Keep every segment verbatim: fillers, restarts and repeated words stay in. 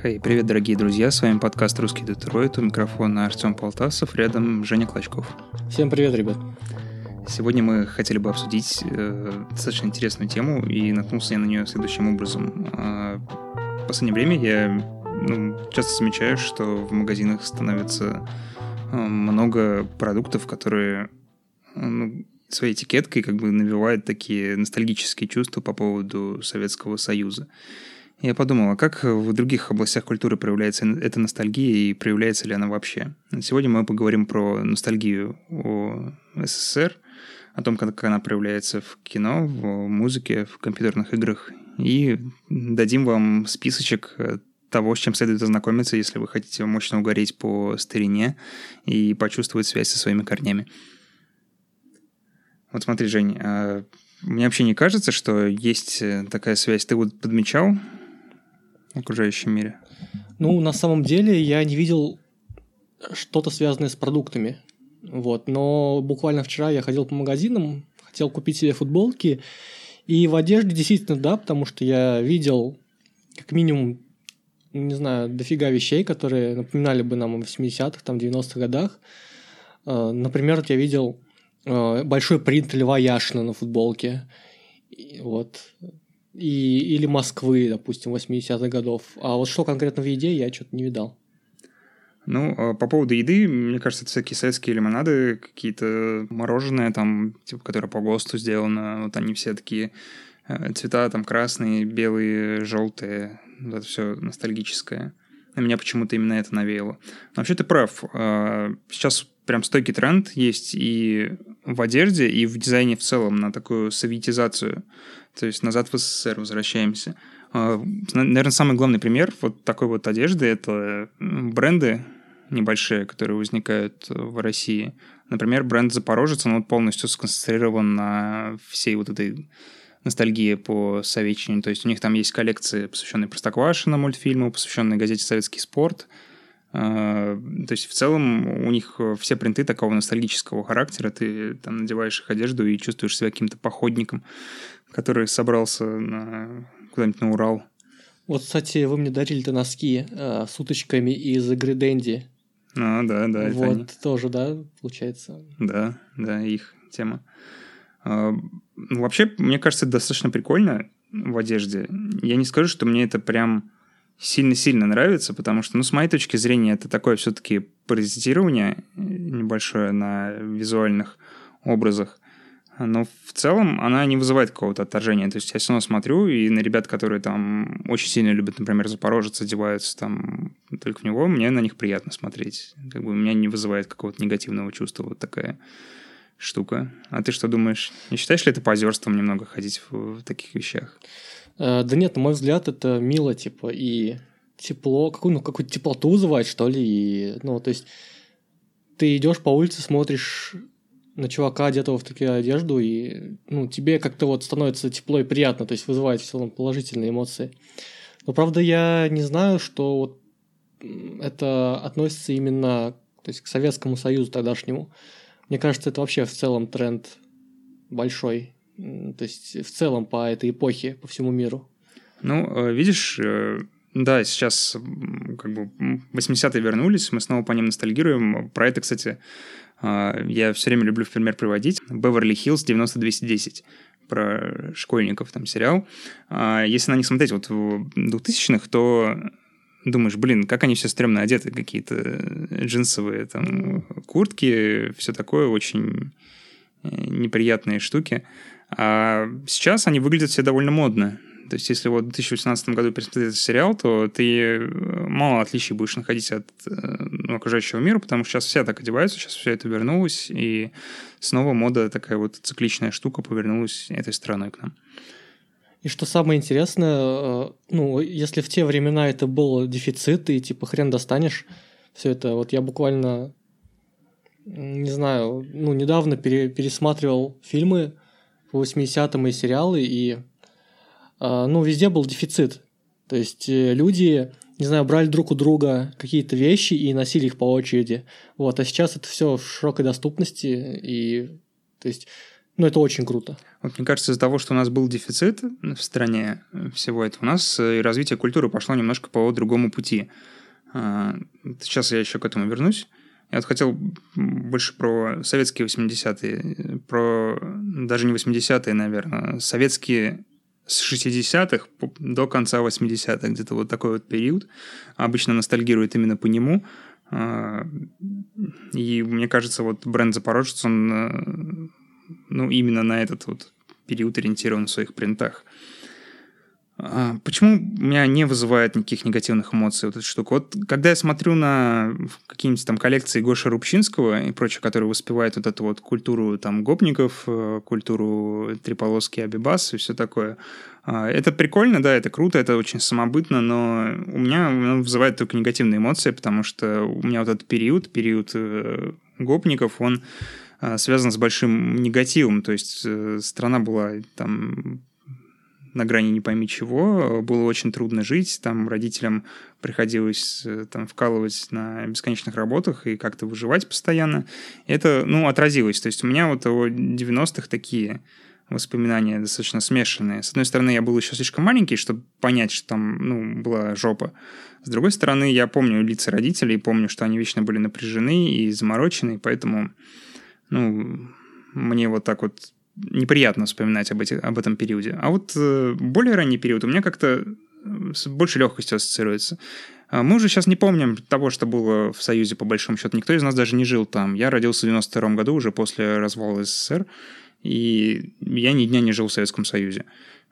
Хей, hey, привет, дорогие друзья, с вами подкаст «Русский Детройт», у микрофона Артем Полтасов, рядом Женя Клочков. Всем привет, ребят. Сегодня мы хотели бы обсудить э, достаточно интересную тему, и наткнулся я на нее следующим образом. Э, в последнее время я ну, часто замечаю, что в магазинах становится э, много продуктов, которые э, ну, своей этикеткой как бы навевают такие ностальгические чувства по поводу Советского Союза. Я подумал, а как в других областях культуры проявляется эта ностальгия и проявляется ли она вообще? Сегодня мы поговорим про ностальгию о СССР, о том, как она проявляется в кино, в музыке, в компьютерных играх, и дадим вам списочек того, с чем следует ознакомиться, если вы хотите мощно угореть по старине и почувствовать связь со своими корнями. Вот смотри, Жень, мне вообще не кажется, что есть такая связь. Ты вот подмечал в окружающем мире? Ну, на самом деле, я не видел что-то связанное с продуктами. Вот. Но буквально вчера я ходил по магазинам, хотел купить себе футболки, и в одежде действительно, да, потому что я видел как минимум, не знаю, дофига вещей, которые напоминали бы нам о восьмидесятых, там, девяностых годах. Например, я видел большой принт Льва Яшина на футболке. Вот. И, или Москвы, допустим, восьмидесятых годов. А вот что конкретно в еде, я что-то не видал. Ну, по поводу еды, мне кажется, это всякие советские лимонады, какие-то мороженое, там, типа, которое по ГОСТу сделано. Вот они все такие цвета, там, красные, белые, желтые. Вот это все ностальгическое. На меня почему-то именно это навеяло. Но вообще ты прав. Сейчас прям стойкий тренд есть и в одежде, и в дизайне в целом на такую советизацию. То есть назад в СССР возвращаемся. Наверное, самый главный пример вот такой вот одежды – это бренды небольшие, которые возникают в России. Например, бренд «Запорожец», он вот полностью сконцентрирован на всей вот этой ностальгии по советчине. То есть у них там есть коллекции, посвященные Простоквашино мультфильму, посвященные газете «Советский спорт». То есть в целом у них все принты такого ностальгического характера. Ты там надеваешь их одежду и чувствуешь себя каким-то походником, который собрался на, куда-нибудь на Урал. Вот, кстати, вы мне дарили-то носки э, с уточками из игры Дэнди. А, да, да. Вот, они. Тоже, да, получается? Да, да, их тема. А, ну, вообще, мне кажется, это достаточно прикольно в одежде. Я не скажу, что мне это прям сильно-сильно нравится, потому что, ну, с моей точки зрения, это такое все-таки паразитирование небольшое на визуальных образах. Но в целом она не вызывает какого-то отторжения. То есть я все равно смотрю, и на ребят, которые там очень сильно любят, например, Запорожец, одеваются там только в него, мне на них приятно смотреть. Как бы у меня не вызывает какого-то негативного чувства вот такая штука. А ты что думаешь? Не считаешь ли это позерством немного ходить в, в таких вещах? Да нет, на мой взгляд, это мило, типа, и тепло, какую, ну, какую-то теплоту вызывает, что ли, и, ну, то есть ты идешь по улице, смотришь на чувака, одетого в такую одежду, и, ну, тебе как-то вот становится тепло и приятно, то есть вызывает в целом положительные эмоции. Но, правда, я не знаю, что вот это относится именно, то есть к Советскому Союзу тогдашнему. Мне кажется, это вообще в целом тренд большой. То есть в целом по этой эпохе, по всему миру. Ну, видишь, да, сейчас как бы восьмидесятые вернулись, мы снова по ним ностальгируем. Про это, кстати, я все время люблю в пример приводить. «Беверли-Хиллз девяносто двести десять», про школьников там сериал. Если на них смотреть вот в двухтысячных, то думаешь, блин, как они все стрёмно одеты, какие-то джинсовые там куртки, все такое, очень неприятные штуки. А сейчас они выглядят все довольно модно. То есть, если вот в две тысячи восемнадцатом году пересмотреть этот сериал, то ты мало отличий будешь находить от ну, окружающего мира, потому что сейчас все так одеваются, сейчас все это вернулось, и снова мода, такая вот цикличная штука, повернулась этой стороной к нам. И что самое интересное, ну, если в те времена это был дефицит, и типа хрен достанешь все это, вот я буквально, не знаю, ну, недавно пере- пересматривал фильмы по восьмидесятым и сериалы, и, ну, везде был дефицит. То есть люди, не знаю, брали друг у друга какие-то вещи и носили их по очереди. Вот, а сейчас это все в широкой доступности, и, то есть, Ну, это очень круто. Вот мне кажется, из-за того, что у нас был дефицит в стране всего этого, у нас и развитие культуры пошло немножко по другому пути. Сейчас я еще к этому вернусь. Я вот хотел больше про советские восьмидесятые, про даже не восьмидесятые, наверное, советские с шестидесятых до конца восьмидесятых, где-то вот такой вот период. Обычно ностальгирует именно по нему. И мне кажется, вот бренд «Запорожец», он ну, именно на этот вот период ориентирован в своих принтах. Почему у меня не вызывает никаких негативных эмоций вот эта штука? Вот когда я смотрю на какие-нибудь там коллекции Гоши Рубчинского и прочее, которые воспевают вот эту вот культуру там гопников, культуру Триполоски, Абибас и все такое, это прикольно, да, это круто, это очень самобытно, но у меня вызывает только негативные эмоции, потому что у меня вот этот период, период гопников, он связан с большим негативом, то есть страна была там на грани не пойми чего, было очень трудно жить, там родителям приходилось там вкалывать на бесконечных работах и как-то выживать постоянно. Это, ну, отразилось. То есть у меня вот о девяностых такие воспоминания достаточно смешанные. С одной стороны, я был еще слишком маленький, чтобы понять, что там, ну, была жопа. С другой стороны, я помню лица родителей, помню, что они вечно были напряжены и заморочены, поэтому, ну, мне вот так вот неприятно вспоминать об, эти, об этом периоде. А вот э, более ранний период у меня как-то с большей легкостью ассоциируется. Мы уже сейчас не помним того, что было в Союзе, по большому счету. Никто из нас даже не жил там. Я родился в девяносто втором году, уже после развала СССР, и я ни дня не жил в Советском Союзе.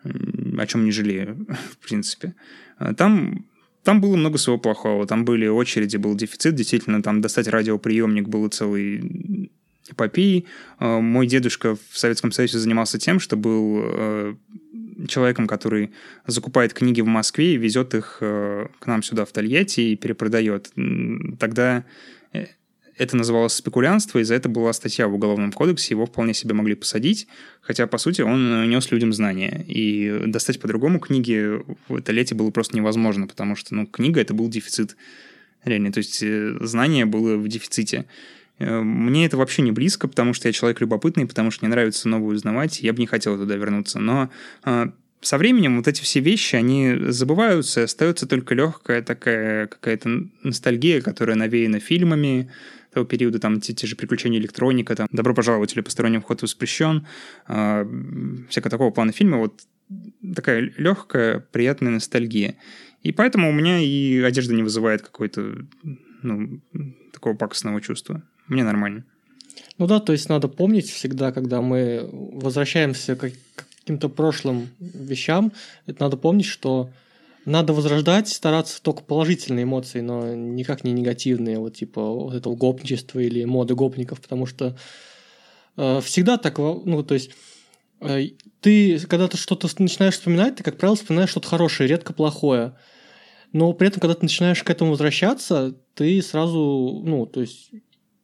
О чем не жалею, в принципе. Там... Там было много всего плохого. Там были очереди, был дефицит. Действительно, там достать радиоприемник было целый эпопеей. Мой дедушка в Советском Союзе занимался тем, что был человеком, который закупает книги в Москве и везет их к нам сюда, в Тольятти, и перепродает. Тогда это называлось спекулянство, и за это была статья в Уголовном кодексе, его вполне себе могли посадить, хотя, по сути, он нес людям знания. И достать по-другому книги в Тольятти было просто невозможно, потому что, ну, книга — это был дефицит реально, то есть знание было в дефиците. Мне это вообще не близко, потому что я человек любопытный, потому что мне нравится новое узнавать, я бы не хотел туда вернуться. Но э, со временем вот эти все вещи, они забываются, остается только легкая такая какая-то ностальгия, которая навеяна фильмами того периода, там те, те же «Приключения электроника», там «Добро пожаловать» или «Посторонним вход воспрещен», э, всякого такого плана фильма, вот такая легкая, приятная ностальгия. И поэтому у меня и одежда не вызывает какой-то, ну, такого пакостного чувства. Мне нормально. Ну да, то есть надо помнить всегда, когда мы возвращаемся к каким-то прошлым вещам, это надо помнить, что надо возрождать, стараться только положительные эмоции, но никак не негативные, вот типа вот этого гопничества или моды гопников, потому что э, всегда так, ну то есть э, ты, когда ты что-то начинаешь вспоминать, ты, как правило, вспоминаешь что-то хорошее, редко плохое. Но при этом, когда ты начинаешь к этому возвращаться, ты сразу, ну, то есть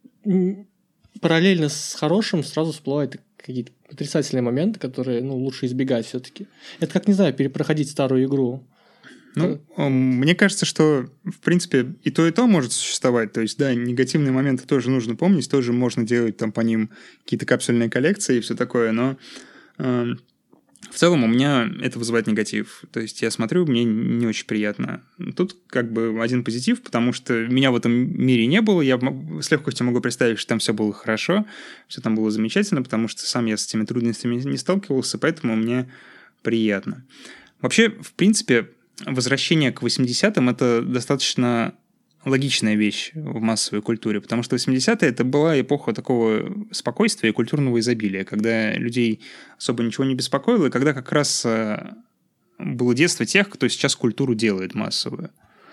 параллельно с хорошим сразу всплывают какие-то отрицательные моменты, которые, ну, лучше избегать все-таки. Это как, не знаю, перепроходить старую игру. Ну, да. Мне кажется, что, в принципе, и то, и то может существовать. То есть, да, негативные моменты тоже нужно помнить, тоже можно делать там по ним какие-то капсульные коллекции и все такое, но э, в целом у меня это вызывает негатив. То есть я смотрю, мне не очень приятно. Тут как бы один позитив, потому что меня в этом мире не было, я с легкостью могу представить, что там все было хорошо, все там было замечательно, потому что сам я с этими трудностями не сталкивался, поэтому мне приятно. Вообще, в принципе, возвращение к восьмидесятым — это достаточно логичная вещь в массовой культуре, потому что восьмидесятые — это была эпоха такого спокойствия и культурного изобилия, когда людей особо ничего не беспокоило, и когда как раз было детство тех, кто сейчас культуру делает массовую.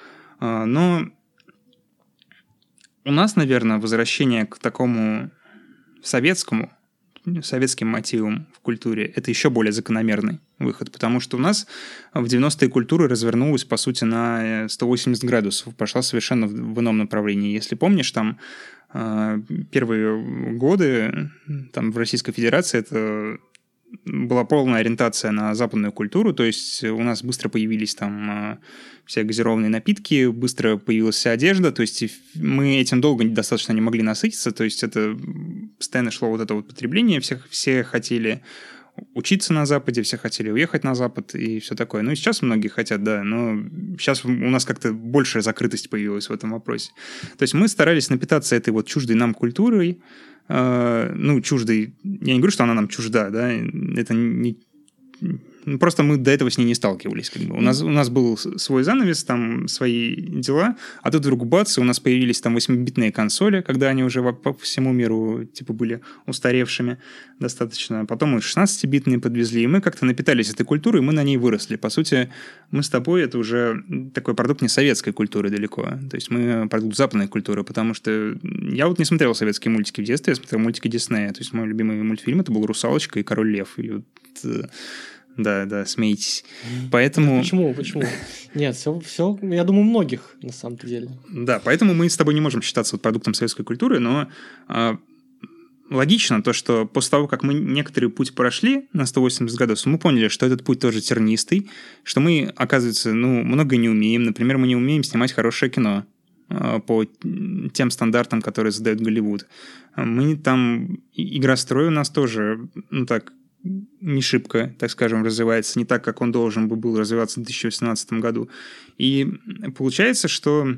Но у нас, наверное, возвращение к такому советскому, советским мотивам в культуре — это еще более закономерный выход, потому что у нас в девяностые культура развернулась, по сути, на сто восемьдесят градусов, пошла совершенно в ином направлении. Если помнишь, там первые годы там, в Российской Федерации это была полная ориентация на западную культуру, то есть у нас быстро появились там все газированные напитки, быстро появилась вся одежда, то есть мы этим долго достаточно не могли насытиться, то есть это постоянно шло вот это вот потребление, все, все хотели учиться на Западе, все хотели уехать на Запад и все такое. Ну и сейчас многие хотят, да, но сейчас у нас как-то большая закрытость появилась в этом вопросе. То есть мы старались напитаться этой вот чуждой нам культурой, э, ну, чуждой, я не говорю, что она нам чужда, да, это не... Ну, просто мы до этого с ней не сталкивались. Как бы. У нас, у нас был свой занавес, там свои дела, а тут вдруг бац, у нас появились там восьмибитные консоли, когда они уже по всему миру типа были устаревшими достаточно. Потом мы шестнадцатибитные подвезли, и мы как-то напитались этой культурой, и мы на ней выросли. По сути, мы с тобой, это уже такой продукт не советской культуры далеко. То есть мы продукт западной культуры, потому что я вот не смотрел советские мультики в детстве, я смотрел мультики Диснея. То есть мой любимый мультфильм это был «Русалочка» и «Король лев». И вот... Да, да, смейтесь. Поэтому... Почему, почему? Нет, все, все, я думаю, многих, на самом-то деле. Да, поэтому мы с тобой не можем считаться вот продуктом советской культуры, но а, логично то, что после того, как мы некоторый путь прошли на сто восемьдесят градусов, мы поняли, что этот путь тоже тернистый, что мы, оказывается, ну, многое не умеем. Например, мы не умеем снимать хорошее кино а, по тем стандартам, которые задает Голливуд. Мы там... Игрострой у нас тоже, ну так... не шибко, так скажем, развивается, не так, как он должен бы был развиваться в две тысячи восемнадцатом году. И получается, что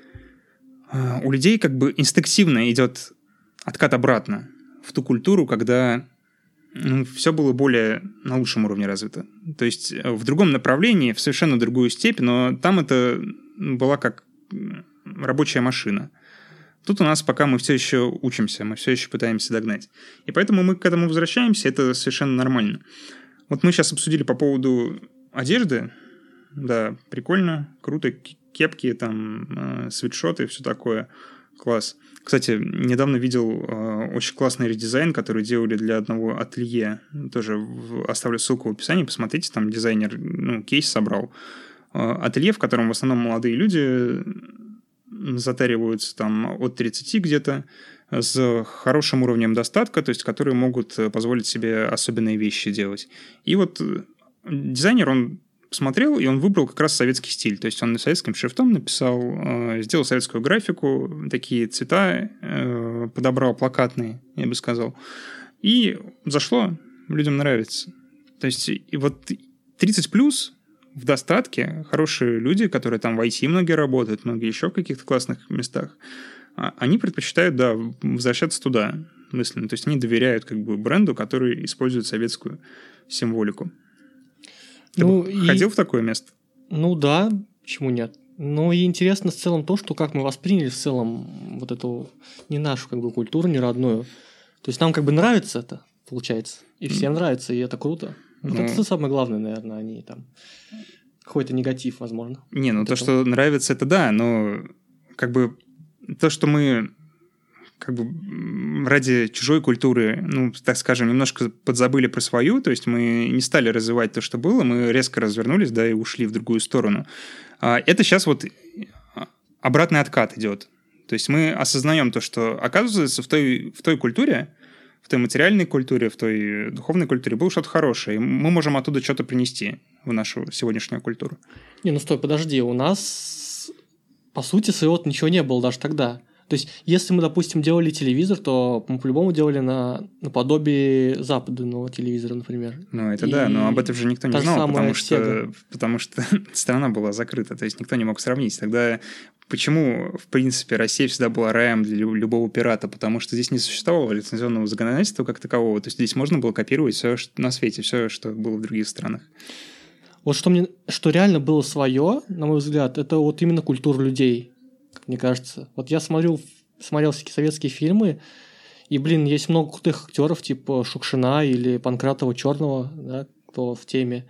у людей как бы инстинктивно идет откат обратно в ту культуру, когда ну, все было более на лучшем уровне развито. То есть в другом направлении, в совершенно другую степь, но там это была как рабочая машина. Тут у нас пока мы все еще учимся, мы все еще пытаемся догнать. И поэтому мы к этому возвращаемся, это совершенно нормально. Вот мы сейчас обсудили по поводу одежды. Да, прикольно, круто. Кепки, там, э, свитшоты, все такое. Класс. Кстати, недавно видел э, очень классный редизайн, который делали для одного ателье. Тоже в, оставлю ссылку в описании, посмотрите, там дизайнер ну, кейс собрал. Э, ателье, в котором в основном молодые люди... затариваются там от тридцати где-то, с хорошим уровнем достатка, то есть которые могут позволить себе особенные вещи делать. И вот дизайнер, он посмотрел, и он выбрал как раз советский стиль. То есть он советским шрифтом написал, сделал советскую графику, такие цвета подобрал плакатные, я бы сказал. И зашло, людям нравится. То есть и вот тридцать плюс в достатке хорошие люди, которые там в ай ти многие работают, многие еще в каких-то классных местах, они предпочитают, да, возвращаться туда мысленно. То есть они доверяют как бы бренду, который использует советскую символику. Ты ну, бы и... ходил в такое место? Ну да, почему нет? Ну и интересно в целом то, что как мы восприняли в целом вот эту не нашу как бы культуру, не родную. То есть нам как бы нравится это, получается. И всем mm. нравится, и это круто. Вот ну, это самое главное, наверное, они там... Какой-то негатив, возможно. Не, ну вот то, этого. Что нравится, это да, но как бы то, что мы как бы ради чужой культуры, ну, так скажем, немножко подзабыли про свою, то есть мы не стали развивать то, что было, мы резко развернулись, да, и ушли в другую сторону. Это сейчас вот обратный откат идет. То есть мы осознаем то, что, оказывается, в той, в той культуре, в той материальной культуре, в той духовной культуре было что-то хорошее. И мы можем оттуда что-то принести в нашу сегодняшнюю культуру. Не, ну стой, подожди. У нас, по сути, своего ничего не было даже тогда. То есть, если мы, допустим, делали телевизор, то мы по-любому делали на, наподобие западного телевизора, например. Ну, это и да, но об этом же никто не знал, потому что, потому что страна была закрыта, то есть никто не мог сравнить. Тогда почему, в принципе, Россия всегда была раем для любого пирата? Потому что здесь не существовало лицензионного законодательства как такового, то есть здесь можно было копировать все на свете, все, что было в других странах. Вот что мне, что реально было свое, на мой взгляд, это вот именно культура людей. Как мне кажется. Вот я смотрю, смотрел всякие советские фильмы, и, блин, есть много крутых актеров, типа Шукшина или Панкратова Черного, да, кто в теме.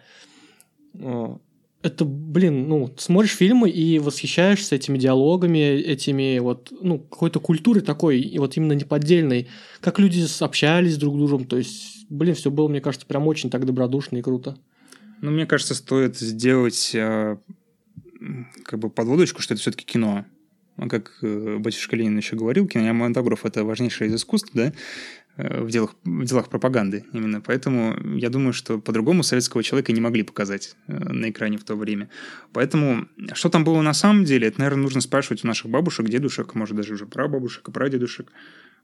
Это, блин, ну, смотришь фильмы и восхищаешься этими диалогами, этими вот, ну, какой-то культурой такой, и вот именно неподдельной, как люди общались друг с другом, то есть, блин, все было, мне кажется, прям очень так добродушно и круто. Ну, мне кажется, стоит сделать э, как бы подводочку, что это все-таки кино. Как батюшка Ленин еще говорил, кинематограф – это важнейшее из искусств, да, в делах, в делах пропаганды именно. Поэтому я думаю, что по-другому советского человека не могли показать на экране в то время. Поэтому что там было на самом деле, это, наверное, нужно спрашивать у наших бабушек, дедушек, может, даже уже прабабушек и прадедушек.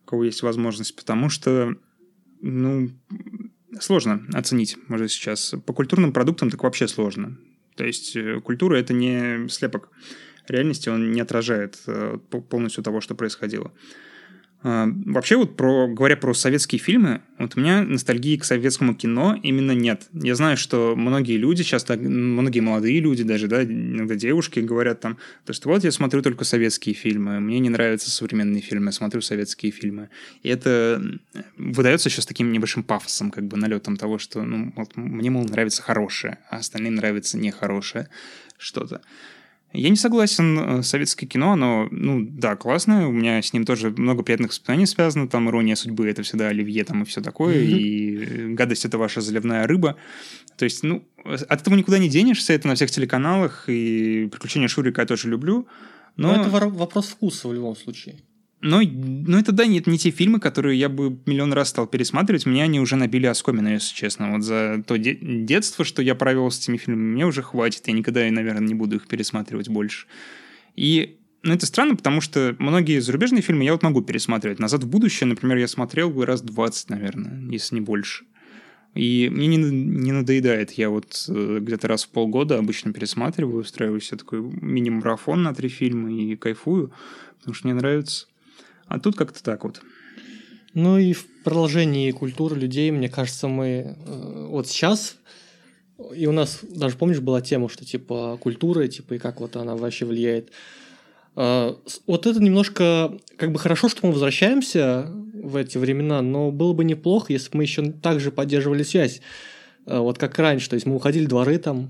кого есть возможность, потому что, ну, сложно оценить, может, сейчас. По культурным продуктам так вообще сложно. То есть культура — это не слепок реальности, он не отражает полностью того, что происходило. Вообще, вот про, говоря про советские фильмы, вот у меня ностальгии к советскому кино именно нет. Я знаю, что многие люди, часто многие молодые люди, даже, да, иногда девушки говорят там, то, что вот я смотрю только советские фильмы, мне не нравятся современные фильмы, я смотрю советские фильмы. И это выдается еще с таким небольшим пафосом, как бы налетом того, что ну, вот, мне, мол, нравится хорошее, а остальным нравится нехорошее что-то. Я не согласен, советское кино, оно, ну, да, классное, у меня с ним тоже много приятных воспоминаний связано, там «Ирония судьбы» — это всегда оливье там и все такое, mm-hmm. и «Гадость» — это ваша заливная рыба, то есть, ну, от этого никуда не денешься, это на всех телеканалах, и «Приключения Шурика» я тоже люблю, но... но это вопрос вкуса в любом случае. Но, но это, да, нет, не те фильмы, которые я бы миллион раз стал пересматривать. Меня они уже набили оскомину, если честно. Вот за то де- детство, что я провел с этими фильмами, мне уже хватит. Я никогда, наверное, не буду их пересматривать больше. И ну, это странно, потому что многие зарубежные фильмы я вот могу пересматривать. «Назад в будущее», например, я смотрел раз двадцать, наверное, если не больше. И мне не, не надоедает. Я вот э, где-то раз в полгода обычно пересматриваю, устраиваю себе такой мини-марафон на три фильма и кайфую, потому что мне нравится. А тут как-то так вот. Ну и в продолжении культуры людей, мне кажется, мы э, вот сейчас, и у нас даже, помнишь, была тема, что типа культура, типа и как вот она вообще влияет. Э, вот это немножко, как бы хорошо, что мы возвращаемся в эти времена, но было бы неплохо, если бы мы еще также поддерживали связь, э, вот как раньше, то есть мы уходили в дворы там,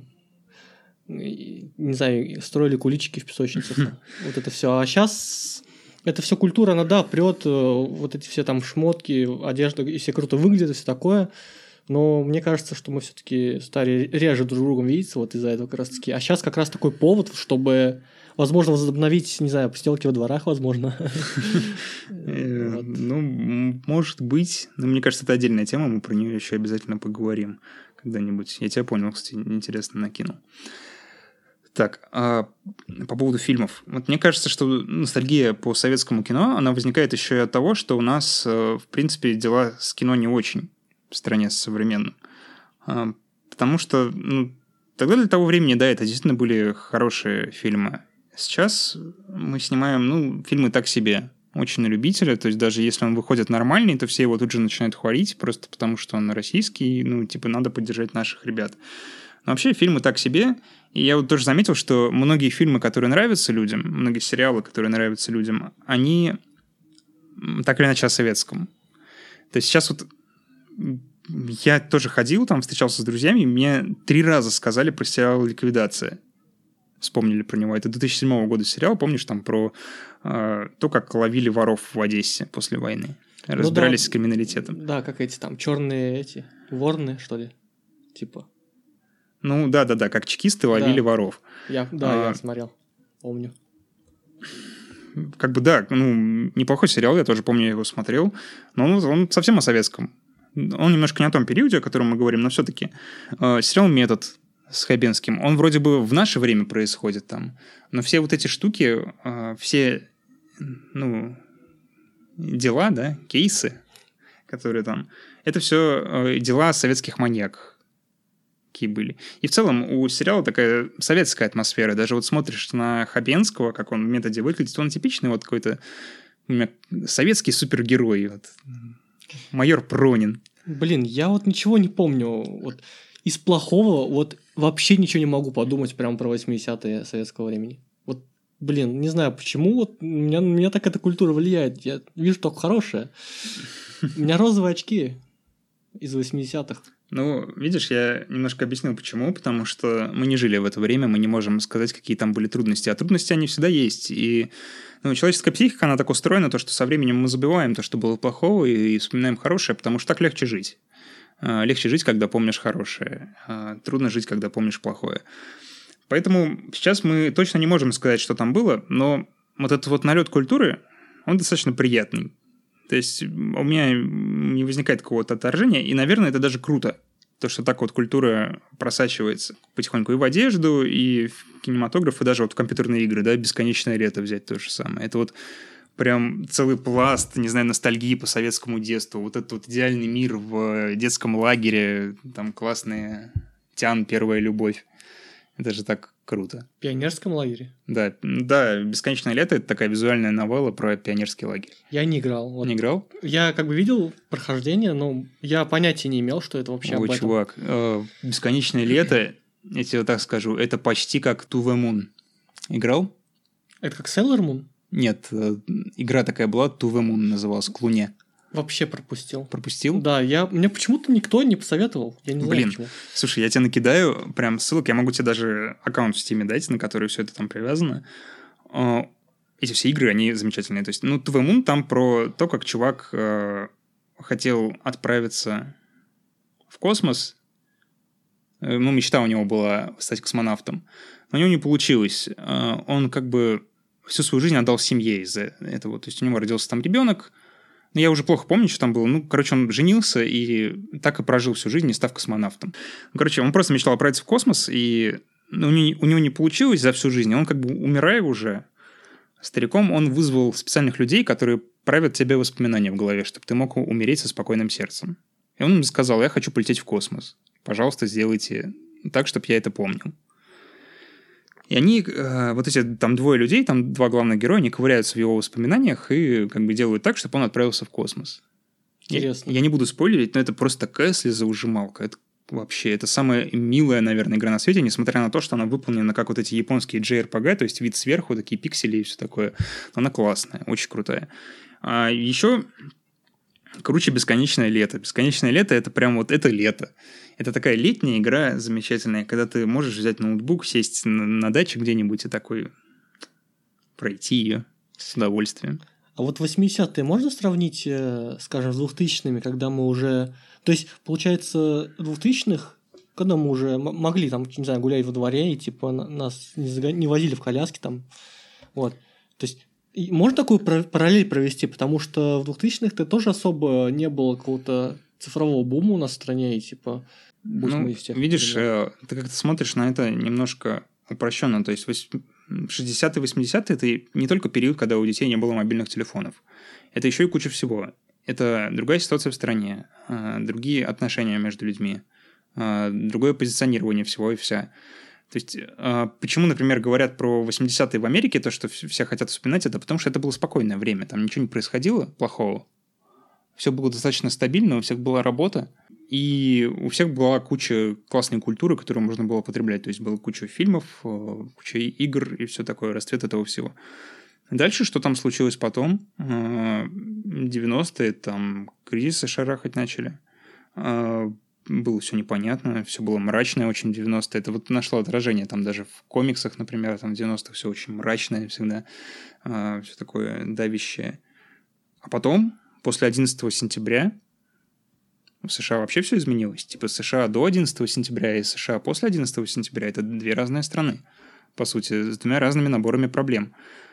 и, не знаю, строили куличики в песочницах, вот это все. А сейчас... Это все культура, она, да, прет, вот эти все там шмотки, одежда, и все круто выглядят, и все такое. Но мне кажется, что мы все-таки стали реже друг с другом видеться вот из-за этого как раз-таки. А сейчас как раз такой повод, чтобы, возможно, возобновить, не знаю, посиделки во дворах, возможно. Ну, может быть. Но мне кажется, это отдельная тема, мы про нее еще обязательно поговорим когда-нибудь. Я тебя понял, кстати, интересно накинул. Так, а по поводу фильмов. Вот мне кажется, что ностальгия по советскому кино, она возникает еще и от того, что у нас, в принципе, дела с кино не очень в стране современном. Потому что ну, тогда для того времени, да, это действительно были хорошие фильмы. Сейчас мы снимаем, ну, фильмы так себе, очень на любителя, то есть даже если он выходит нормальный, то все его тут же начинают хвалить, просто потому что он российский, ну, типа, надо поддержать наших ребят. Но вообще фильмы так себе. И я вот тоже заметил, что многие фильмы, которые нравятся людям, многие сериалы, которые нравятся людям, они так или иначе о советском. То есть сейчас вот я тоже ходил, там встречался с друзьями, и мне три раза сказали про сериал «Ликвидация». Вспомнили про него. Это две тысячи седьмого года сериал, помнишь, там про э, то, как ловили воров в Одессе после войны. Разбирались ну, да, с криминалитетом. Да, как эти там черные эти ворны, что ли, типа. Ну, да-да-да, как чекисты ловили да. воров. Я, да, а, я смотрел, помню. Как бы, да, ну, неплохой сериал, я тоже помню, я его смотрел, но он, он совсем о советском. Он немножко не о том периоде, о котором мы говорим, но все-таки. Э, сериал «Метод» с Хабенским, он вроде бы в наше время происходит там, но все вот эти штуки, э, все, ну, дела, да, кейсы, которые там, это все э, дела о советских маньяках. Были. И в целом у сериала такая советская атмосфера. Даже вот смотришь на Хабенского, как он в «Методе» выглядит, он типичный вот какой-то советский супергерой. Вот. Майор Пронин. Блин, я вот ничего не помню. Вот из плохого вот вообще ничего не могу подумать прямо про восьмидесятые советского времени. Вот, блин, не знаю почему. Вот меня, меня так эта культура влияет. Я вижу только хорошее. У меня розовые очки из восьмидесятых. Ну, видишь, я немножко объяснил, почему. Потому что мы не жили в это время, мы не можем сказать, какие там были трудности. А трудности, они всегда есть. И ну, человеческая психика, она так устроена, то, что со временем мы забываем то, что было плохого, и вспоминаем хорошее, потому что так легче жить. Легче жить, когда помнишь хорошее. Трудно жить, когда помнишь плохое. Поэтому сейчас мы точно не можем сказать, что там было, но вот этот вот налет культуры, он достаточно приятный. То есть у меня не возникает какого-то отторжения, и, наверное, это даже круто, то, что так вот культура просачивается потихоньку и в одежду, и в кинематограф, и даже вот в компьютерные игры, да, «Бесконечное лето» взять то же самое. Это вот прям целый пласт, не знаю, ностальгии по советскому детству. Вот этот вот идеальный мир в детском лагере, там классные Тян, первая любовь. Это же так круто. В пионерском лагере? Да, да, «Бесконечное лето» — это такая визуальная новелла про пионерский лагерь. Я не играл. Вот. Не играл? Я как бы видел прохождение, но я понятия не имел, что это вообще Ой, об этом. чувак, э, «Бесконечное лето», я тебе так скажу, это почти как «To the Moon». Играл? Это как Sailor Moon? Нет, э, игра такая была, «To the Moon» называлась, к Луне. Вообще пропустил. Пропустил? Да, я... мне почему-то никто не посоветовал. Я не знаю, Блин, почему. Слушай, я тебе накидаю прям ссылок, я могу тебе даже аккаунт в Steam дать, на который все это там привязано. Эти все игры, они замечательные. То есть, ну, To the Moon там про то, как чувак э, хотел отправиться в космос. Э, ну, мечта у него была стать космонавтом. Но у него не получилось. Э, он как бы всю свою жизнь отдал семье из-за этого. То есть, у него родился там ребенок. Ну, я уже плохо помню, что там было. Ну, короче, он женился и так и прожил всю жизнь, не став космонавтом. Ну, короче, он просто мечтал отправиться в космос, и ну, у него не получилось за всю жизнь. Он как бы, умирая уже, стариком, он вызвал специальных людей, которые правят тебе воспоминания в голове, чтобы ты мог умереть со спокойным сердцем. И он им сказал: я хочу полететь в космос. Пожалуйста, сделайте так, чтобы я это помнил. И они, э, вот эти там двое людей, там два главных героя, они ковыряются в его воспоминаниях и как бы делают так, чтобы он отправился в космос. Интересно. Я, я не буду спойлерить, но это просто такая слезоужималка. Это вообще, это самая милая, наверное, игра на свете, несмотря на то, что она выполнена как вот эти японские джей ар пи джи, то есть вид сверху, такие пиксели и все такое. Но она классная, очень крутая. А еще круче «Бесконечное лето». «Бесконечное лето» — это прям вот это лето. Это такая летняя игра замечательная, когда ты можешь взять ноутбук, сесть на, на даче где-нибудь и такой пройти ее с удовольствием. А вот восьмидесятые можно сравнить, скажем, с двухтысячными, когда мы уже... То есть, получается, в двухтысячных, когда мы уже могли, там, не знаю, гулять во дворе, и типа нас не, заг... не возили в коляске там. Вот. То есть, можно такую параллель провести, потому что в двухтысячных-то тоже особо не было какого-то цифрового бума у нас в стране, и типа... Ну, видишь, э, ты как-то смотришь на это немножко упрощенно. То есть шестидесятые, восьмидесятые – это не только период, когда у детей не было мобильных телефонов. Это еще и куча всего. Это другая ситуация в стране, э, другие отношения между людьми, э, другое позиционирование всего и вся. То есть, э, почему, например, говорят про восьмидесятые в Америке, то, что все хотят вспоминать, это потому что это было спокойное время. Там ничего не происходило плохого. Все было достаточно стабильно, у всех была работа. И у всех была куча классной культуры, которую можно было потреблять. То есть, была куча фильмов, куча игр и все такое, расцвет этого всего. Дальше, что там случилось потом? девяностые, там кризисы шарахать начали. Было все непонятно, все было мрачное очень в девяностые. Это вот нашло отражение там даже в комиксах, например, там в девяностых все очень мрачное всегда. Все такое давящее. А потом, после одиннадцатого сентября, в США вообще все изменилось. Типа США до одиннадцатого сентября и США после одиннадцатого сентября – это две разные страны, по сути, с двумя разными наборами проблем.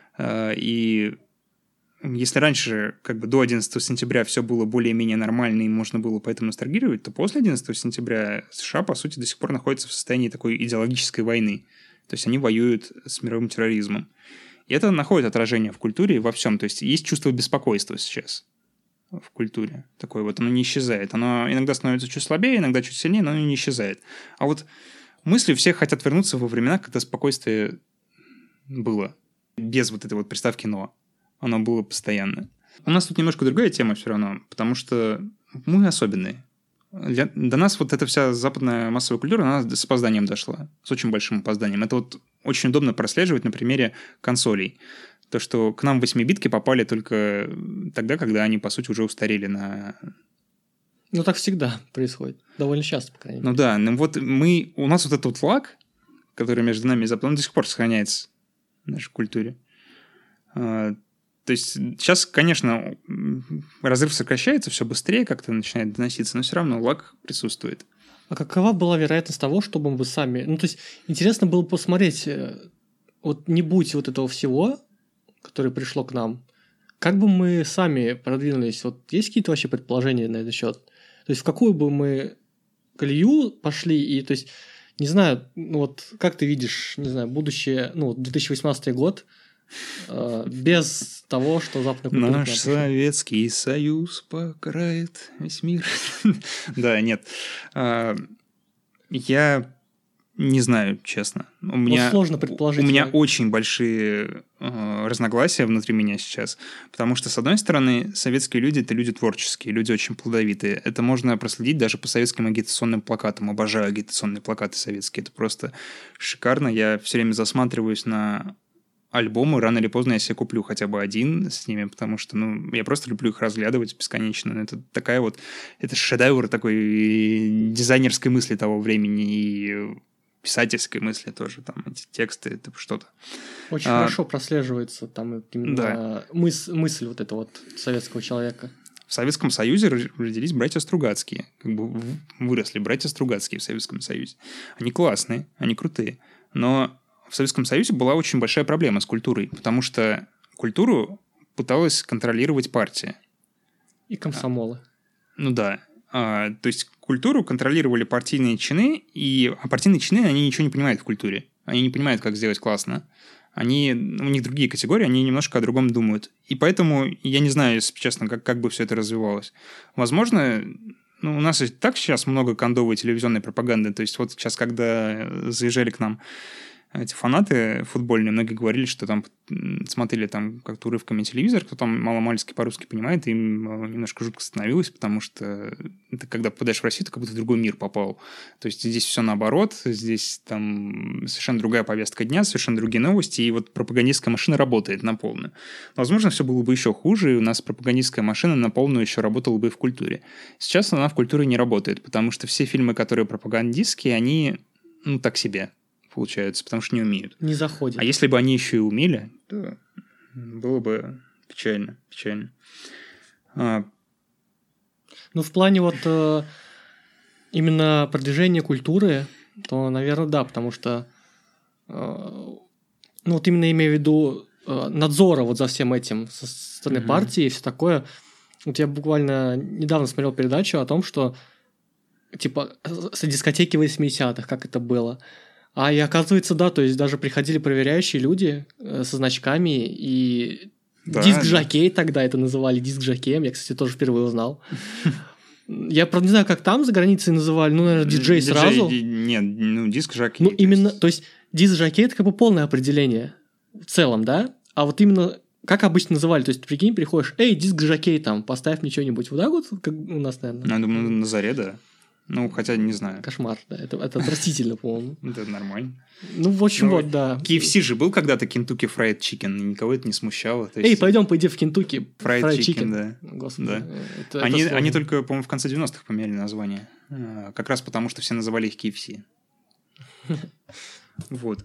И если раньше, как бы до одиннадцатого сентября все было более-менее нормально и можно было поэтому ностальгировать, то после одиннадцатого сентября США, по сути, до сих пор находятся в состоянии такой идеологической войны. То есть они воюют с мировым терроризмом. И это находит отражение в культуре и во всем. То есть есть чувство беспокойства сейчас в культуре. Такое вот, оно не исчезает. Оно иногда становится чуть слабее, иногда чуть сильнее, но оно не исчезает. А вот мысли все хотят вернуться во времена, когда спокойствие было. Без вот этой вот приставки «но». Оно было постоянно. У нас тут немножко другая тема все равно, потому что мы особенные. Для, до нас вот эта вся западная массовая культура, она с опозданием дошла. С очень большим опозданием. Это вот очень удобно прослеживать на примере консолей. То, что к нам восьмибитки попали только тогда, когда они, по сути, уже устарели на... Ну, так всегда происходит. Довольно часто, по крайней мере. Ну да, ну вот мы... У нас вот этот вот лаг, который между нами и Западом, он до сих пор сохраняется в нашей культуре. То есть сейчас, конечно, разрыв сокращается, все быстрее как-то начинает доноситься, но все равно лаг присутствует. А какова была вероятность того, чтобы вы сами... Ну, то есть интересно было посмотреть, вот не будь вот этого всего, которое пришло к нам, как бы мы сами продвинулись? Вот есть какие-то вообще предположения на этот счет? То есть в какую бы мы колею пошли? И, то есть, не знаю, ну вот как ты видишь, не знаю, будущее, ну, две тысячи восемнадцатый год, э, без того, что западная культура... Наш Советский Союз покарает весь мир. Да, нет. Я не знаю, честно. У меня, сложно предположить. У меня очень большие э, разногласия внутри меня сейчас, потому что, с одной стороны, советские люди — это люди творческие, люди очень плодовитые. Это можно проследить даже по советским агитационным плакатам. Обожаю агитационные плакаты советские. Это просто шикарно. Я все время засматриваюсь на альбомы. Рано или поздно я себе куплю хотя бы один с ними, потому что, ну, я просто люблю их разглядывать бесконечно. Это такая вот... Это шедевр такой дизайнерской мысли того времени и писательской мысли тоже. Там эти тексты, это что-то. Очень а, хорошо прослеживается там именно да. мыс- мысль вот этого вот советского человека. В Советском Союзе родились братья Стругацкие. Как бы выросли братья Стругацкие в Советском Союзе. Они классные, они крутые. Но в Советском Союзе была очень большая проблема с культурой, потому что культуру пыталась контролировать партия. И комсомолы. А, ну да. А, то есть культуру контролировали партийные чины, и, а партийные чины, они ничего не понимают в культуре. Они не понимают, как сделать классно. Они, у них другие категории, они немножко о другом думают. И поэтому я не знаю, если честно, как, как бы все это развивалось. Возможно, ну, у нас и так сейчас много кондовой телевизионной пропаганды. То есть вот сейчас, когда заезжали к нам эти фанаты футбольные, многие говорили, что там смотрели там как-то урывками телевизор, кто там маломальски по-русски понимает, им немножко жутко становилось, потому что ты, когда попадаешь в Россию, ты как будто в другой мир попал. То есть здесь все наоборот, здесь там совершенно другая повестка дня, совершенно другие новости, и вот пропагандистская машина работает на полную. Возможно, все было бы еще хуже, и у нас пропагандистская машина на полную еще работала бы и в культуре. Сейчас она в культуре не работает, потому что все фильмы, которые пропагандистские, они, ну, так себе получается, потому что не умеют. Не заходят. А если бы они еще и умели, то было бы печально. печально. А... Ну, в плане вот э, именно продвижения культуры, то, наверное, да, потому что э, ну, вот именно имею в виду э, надзора вот за всем этим со стороны mm-hmm. партии и все такое. Вот я буквально недавно смотрел передачу о том, что типа с дискотеки восьмидесятых, как это было. А и оказывается, да, то есть даже приходили проверяющие люди э, со значками, и да, диск-жокей да. тогда это называли диск-жокеем, я, кстати, тоже впервые узнал. Я, правда, не знаю, как там за границей называли, ну, наверное, диджей сразу. Нет, ну, диск-жокей. Ну, именно, то есть диск-жокей — это как бы полное определение в целом, да? А вот именно как обычно называли, то есть, прикинь, приходишь, эй, диск-жокей там, поставь мне что-нибудь. Вот так вот, как у нас, наверное. Ну, я думаю, на заре, да. Ну, хотя не знаю. Кошмар, да. Это, это отвратительно, по-моему. Это нормально. Ну, в общем, ну, вот, да. кей эф си же был когда-то Kentucky Fried Chicken, и никого это не смущало. То есть... Эй, пойдем, пойди в Kentucky Fried, Fried Chicken. Chicken. Да. Господи. Да. Это, они, это они только, по-моему, в конце девяностых поменяли название. Как раз потому, что все называли их кей эф си. Вот.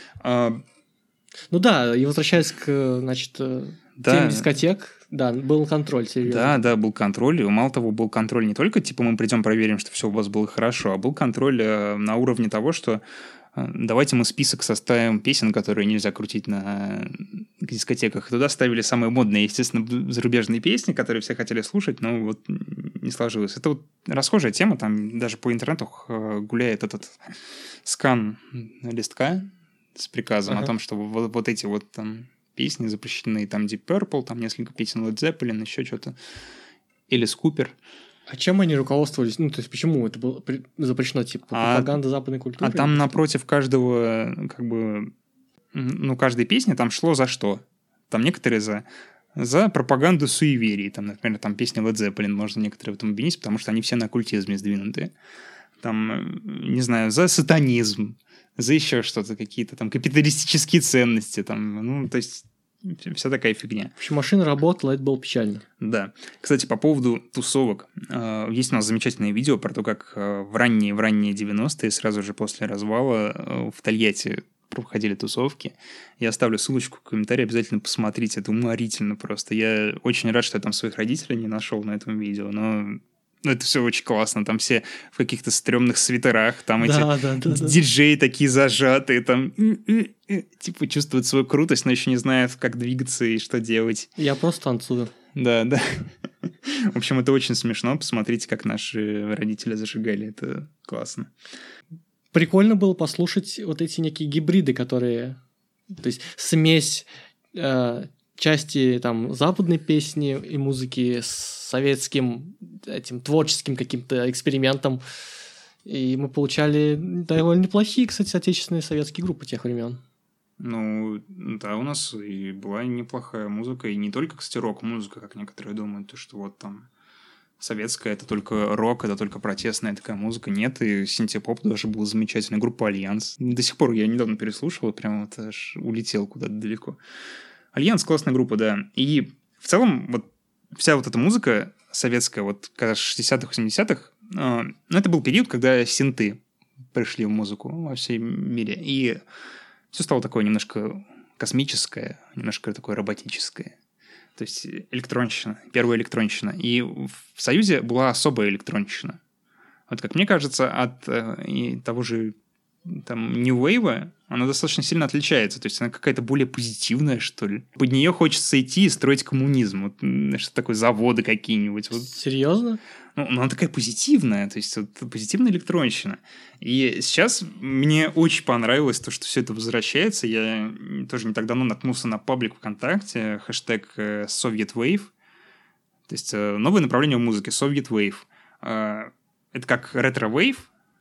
Ну да, и возвращаясь к, значит, теме дискотек, да, был контроль, серьезно. Да, да, был контроль. И мало того, был контроль не только, типа, мы придем проверим, что все у вас было хорошо, а был контроль э, на уровне того, что э, давайте мы список составим песен, которые нельзя крутить на дискотеках. И туда ставили самые модные, естественно, зарубежные песни, которые все хотели слушать, но вот не сложилось. Это вот расхожая тема, там даже по интернету э, гуляет этот скан листка с приказом ага. о том, что вот, вот эти вот там... песни запрещены, там Deep Purple, там несколько песен Led Zeppelin, еще что-то. Или Cooper. А чем они руководствовались? Ну, то есть, почему это было запрещено? Типа, а, пропаганда западной культуры? А там напротив каждого, как бы, ну, каждой песни там шло за что? Там некоторые за, за пропаганду суеверий. Там, например, там песня Led Zeppelin, можно некоторые в этом обвинить, потому что они все на оккультизме сдвинуты. Там, не знаю, за сатанизм, за еще что-то, какие-то там капиталистические ценности, там, ну, то есть вся такая фигня. В общем, машина работала, это было печально. Да. Кстати, по поводу тусовок. Есть у нас замечательное видео про то, как в ранние, в ранние девяностые, сразу же после развала, в Тольятти проходили тусовки. Я оставлю ссылочку в комментарии, обязательно посмотрите, это уморительно просто. Я очень рад, что я там своих родителей не нашел на этом видео, но... Ну, это все очень классно. Там все в каких-то стрёмных свитерах, там да, эти да, да, диджеи да. такие зажатые, там типа чувствуют свою крутость, но еще не знают, как двигаться и что делать. Я просто танцую. Да, да. В общем, это очень смешно. Посмотрите, как наши родители зажигали. Это классно. Прикольно было послушать вот эти некие гибриды, которые... То есть смесь э, части там западной песни и музыки с советским этим творческим каким-то экспериментом. И мы получали довольно неплохие, кстати, отечественные советские группы тех времен. Ну, да, у нас и была неплохая музыка, и не только, кстати, рок-музыка, как некоторые думают, то, что вот там советская — это только рок, это только протестная такая музыка. Нет, и синтепоп даже была замечательная группа «Альянс». До сих пор я недавно переслушивал, прям вот аж улетел куда-то далеко. «Альянс» — классная группа, да. И в целом вот вся вот эта музыка советская, вот когда шестидесятых-восьмидесятых, э, ну, это был период, когда синты пришли в музыку во всем мире, и все стало такое немножко космическое, немножко такое роботическое. То есть электронщина, первая электронщина. И в Союзе была особая электронщина. Вот как мне кажется, от э, и того же там New Wave она достаточно сильно отличается. То есть она какая-то более позитивная, что ли. Под нее хочется идти и строить коммунизм. Вот, что такое, заводы какие-нибудь. Вот. Серьезно? Ну, она такая позитивная, то есть вот, позитивная электронщина. И сейчас мне очень понравилось то, что все это возвращается. Я тоже не так давно наткнулся на паблик ВКонтакте, хэштег Soviet Wave. То есть новое направление в музыке, Soviet Wave. Это как ретро-вейв,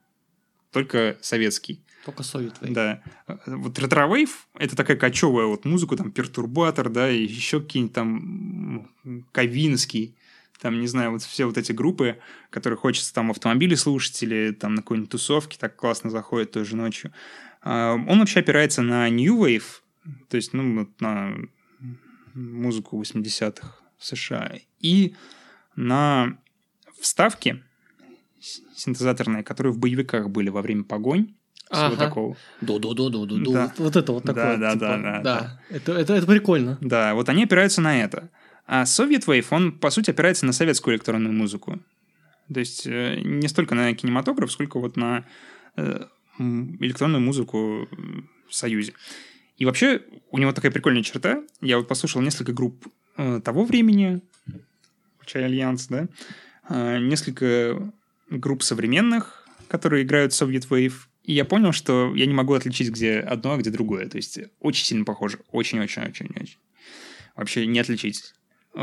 только советский. Только Soviet Wave. Да. Вот ретро-вейв — это такая кочевая вот музыка, там, Пертурбатор, да, и еще какие-нибудь там Ковинский. Там, не знаю, вот все вот эти группы, которые хочется там в автомобиле слушать или там на какой-нибудь тусовке, так классно заходят той же ночью. Он вообще опирается на New Wave, то есть, ну, вот на музыку восьмидесятых в США, и на вставки синтезаторные, которые в боевиках были во время «Погонь». Всего ага. такого. Ду-ду-ду-ду-ду-ду. Да. Вот это вот такое. Да, да, типа, да, да, да. Это, это, это прикольно. Да, вот они опираются на это. А Soviet Wave, он, по сути, опирается на советскую электронную музыку. То есть не столько на кинематограф, сколько вот на электронную музыку в Союзе. И вообще у него такая прикольная черта. Я вот послушал несколько групп того времени, включая «Альянс», да, несколько групп современных, которые играют Soviet Wave, и я понял, что я не могу отличить, где одно, а где другое. То есть очень сильно похоже. Очень-очень-очень-очень. Вообще не отличить.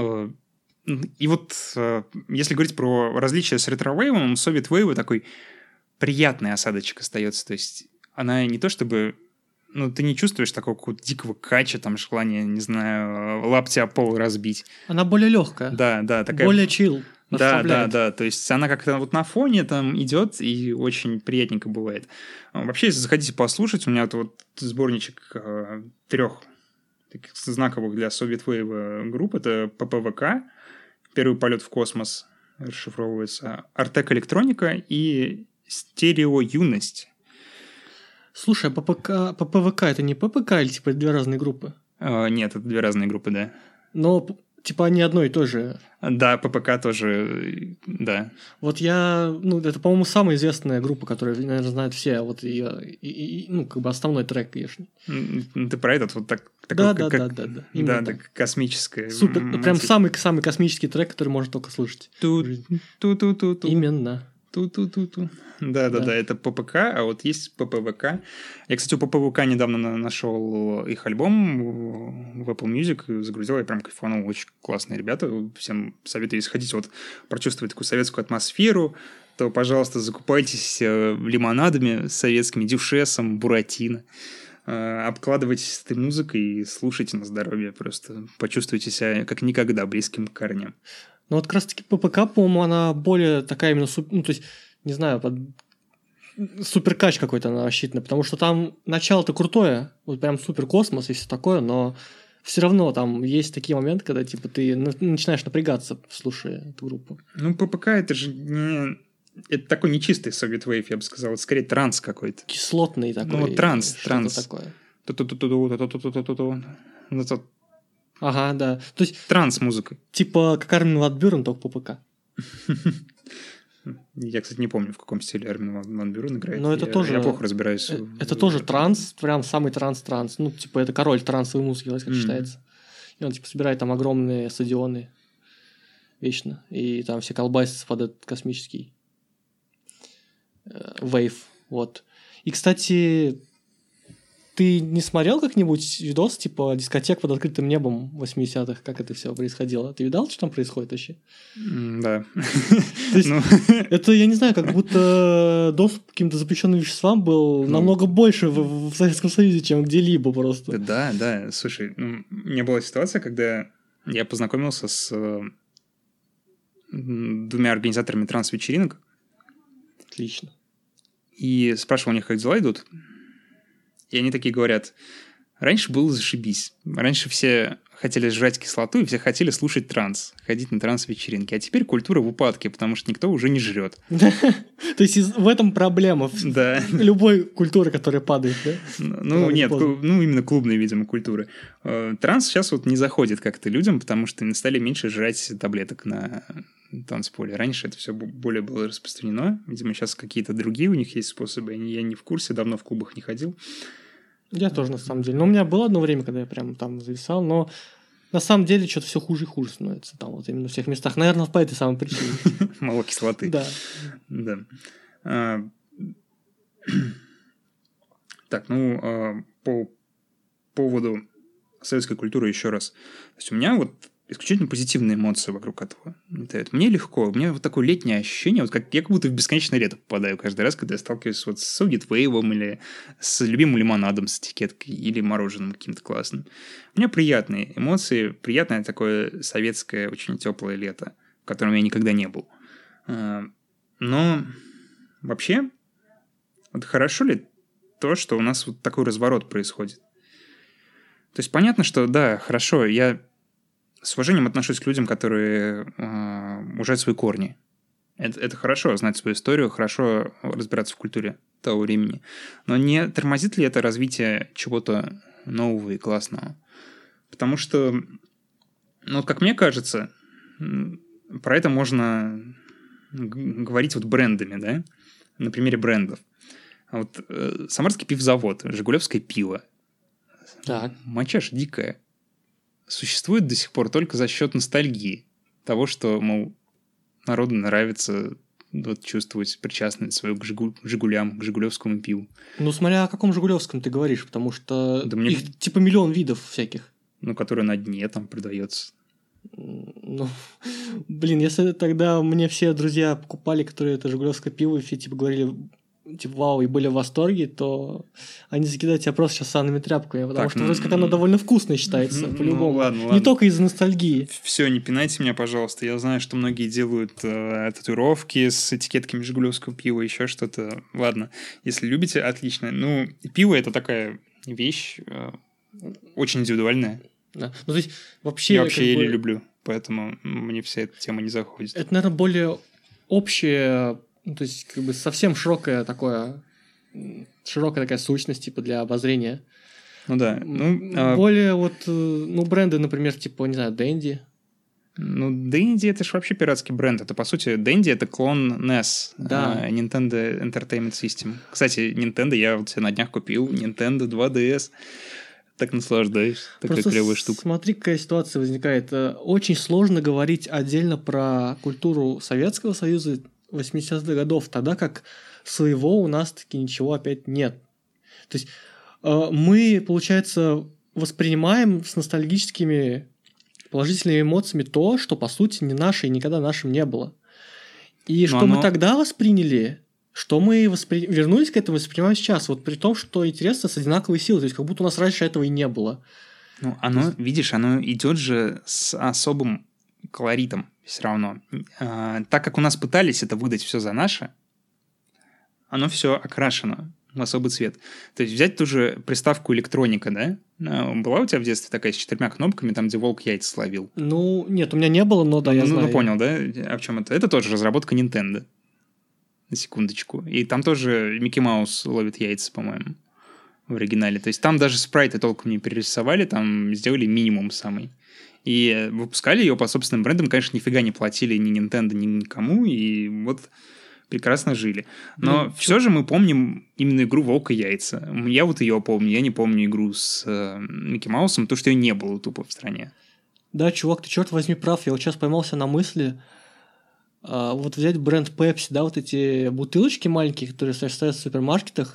И вот если говорить про различия с ретро-вейвом, Soviet Wave такой приятный осадочек остается. То есть она не то чтобы... Ну, ты не чувствуешь такого какого-то дикого кача, там, желания, не знаю, лапти о пол разбить. Она более легкая. Да, да. Такая... Более чил. Да, да, да. То есть она как-то вот на фоне там идет и очень приятненько бывает. Вообще, если захотите послушать, у меня вот сборничек э, трех таких знаковых для Soviet Wave групп. Это ППВК, «Первый полет в космос» расшифровывается, Артек Электроника и Стерео Юность. Слушай, а ППК, ППВК это не ППК или типа две разные группы? Э, нет, это две разные группы, да. Но типа они одно и то же. Да, ППК тоже, да. Вот я, ну, это, по-моему, самая известная группа, которую, наверное, знают все, вот ее, и, и, ну, как бы основной трек ешный. Ты про этот вот так... Да, такой, да, как, да, да, да. Да, так, космическое. Супер, мотив. прям самый-самый космический трек, который можно только слушать. Ту-ту-ту-ту. Именно. Ту-ту-ту-ту. Да, да, да, это ППК, а вот есть ППВК. Я, кстати, у ППВК недавно нашел их альбом в Apple Music, загрузил, я прям кайфанул, очень классные ребята. Всем советую, если хотите вот прочувствовать такую советскую атмосферу, то, пожалуйста, закупайтесь лимонадами советскими, дюшесом, буратино. Обкладывайтесь этой музыкой и слушайте на здоровье. Просто почувствуйте себя как никогда близким к корням. Ну вот как раз-таки ППК, по-моему, она более такая именно, ну то есть, не знаю, под... суперкач какой-то она рассчитана, потому что там начало-то крутое, вот прям супер космос и все такое, но все равно там есть такие моменты, когда типа ты начинаешь напрягаться, слушая эту группу. Ну ППК это же не... Это такой нечистый Soviet Wave, я бы сказал. Это скорее транс какой-то. Кислотный такой. Ну, транс, транс. Такое. Ага, да. То есть... Транс-музыка. Типа как Армин ван Бюрен, только ППК. Я, кстати, не помню, в каком стиле Армин ван Бюрен играет. Но это я, тоже... Я плохо разбираюсь. Это в... тоже транс, прям самый транс-транс. Ну, типа это король трансовой музыки, как mm-hmm. считается. И он, типа, собирает там огромные стадионы вечно. И там все колбасятся под этот космический вейв. Вот. И, кстати, ты не смотрел как-нибудь видос, типа, дискотек под открытым небом восьмидесятых, как это все происходило? Ты видал, что там происходит вообще? Да. То есть, это, я не знаю, как будто доступ к каким-то запрещенным веществам был намного больше в Советском Союзе, чем где-либо просто. Да, да, слушай, у меня была ситуация, когда я познакомился с двумя организаторами транс-вечеринок. Отлично. И спрашивал у них, как дела идут. И они такие говорят, раньше было зашибись. Раньше все хотели жрать кислоту, и все хотели слушать транс, ходить на транс-вечеринки. А теперь культура в упадке, потому что никто уже не жрет. То есть в этом проблема любой культуры, которая падает, да? Ну, нет, ну именно клубной, видимо, культуры. Транс сейчас вот не заходит как-то людям, потому что стали меньше жрать таблеток на танцполе. Раньше это все более было распространено. Видимо, сейчас какие-то другие у них есть способы. Я не в курсе, давно в клубах не ходил. Я тоже, на самом деле. Но у меня было одно время, когда я прям там зависал, но на самом деле что-то все хуже и хуже становится там вот именно в всех местах. Наверное, по этой самой причине. Мало кислоты. Да. Да. А... Так, ну, а, по поводу советской культуры еще раз. То есть у меня вот исключительно позитивные эмоции вокруг этого. Мне легко, у меня вот такое летнее ощущение, вот как я как будто в бесконечное лето попадаю каждый раз, когда я сталкиваюсь вот с Согитвейвом или с любимым лимонадом с этикеткой или мороженым каким-то классным. У меня приятные эмоции, приятное такое советское, очень теплое лето, в котором я никогда не был. Но вообще, вот хорошо ли то, что у нас вот такой разворот происходит? То есть понятно, что да, хорошо, я с уважением отношусь к людям, которые э, уважают свои корни. Это, это хорошо, знать свою историю, хорошо разбираться в культуре того времени. Но не тормозит ли это развитие чего-то нового и классного? Потому что, ну, как мне кажется, про это можно говорить вот брендами, да? На примере брендов. Вот э, Самарский пивзавод, Жигулевское пиво. Так. Моча ж дикая. Существует до сих пор только за счет ностальгии. Того, что, мол, народу нравится вот, чувствовать причастность свою к Жигу... Жигулям, к жигулевскому пиву. Ну, смотря о каком жигулевском ты говоришь, потому что да мне... их типа миллион видов всяких. Ну, который на дне там продается. Ну, блин, если тогда мне все друзья покупали, которые это жигулевское пиво, и все типа говорили... типа, вау, и были в восторге, то они закидают тебя просто сейчас санными тряпками, потому так, что вроде как оно довольно вкусное считается, ну, по-любому. Ну, ладно, ладно. Не только из ностальгии. Все, не пинайте меня, пожалуйста. Я знаю, что многие делают э, татуировки с этикетками жигулевского пива, еще что-то. Ладно, если любите, отлично. Ну, пиво — это такая вещь э, очень индивидуальная. Да. Ну, то есть, вообще... Я вообще еле бы... люблю, поэтому мне вся эта тема не заходит. Это, наверное, более общее... Ну, то есть, как бы совсем широкая такое, широкая такая сущность, типа, для обозрения. Ну да. Ну, более а... вот, ну, бренды, например, типа, не знаю, Dendy. Ну, Dendy — это же вообще пиратский бренд. Это, по сути, Dendy — это клон эн и эс, да. Nintendo Entertainment System. Кстати, Nintendo я вот себе на днях купил, Nintendo два ди эс. Так наслаждаешься. Такая клевая штука. Смотри, какая ситуация возникает. Очень сложно говорить отдельно про культуру Советского Союза восьмидесятых годов, тогда как своего у нас таки ничего опять нет. То есть э, мы, получается, воспринимаем с ностальгическими положительными эмоциями то, что, по сути, не наше и никогда нашим не было. И Но что оно... мы тогда восприняли, что мы воспри... вернулись к этому и воспринимаем сейчас. Вот при том, что интересно с одинаковой силой. То есть как будто у нас раньше этого и не было. Ну, оно, есть... видишь, оно идет же с особым колоритом. Все равно. А, так как у нас пытались это выдать все за наше, оно все окрашено в особый цвет. То есть взять ту же приставку электроника, да? Была у тебя в детстве такая с четырьмя кнопками, там, где волк яйца словил? Ну, нет, у меня не было, но да, я ну, знаю. Ну, понял, да? А в чем это? Это тоже разработка Nintendo. На секундочку. И там тоже Микки Маус ловит яйца, по-моему, в оригинале. То есть там даже спрайты толком не перерисовали, там сделали минимум самый. И выпускали ее по собственным брендам, конечно, нифига не платили ни Nintendo, ни никому, и вот прекрасно жили. Но ну, все чё? же мы помним именно игру «Волк и яйца». Я вот ее помню, я не помню игру с э, Микки Маусом, потому что ее не было тупо в стране. Да, чувак, ты черт возьми прав, я вот сейчас поймался на мысли, а, вот взять бренд Pepsi, да, вот эти бутылочки маленькие, которые стоят в супермаркетах,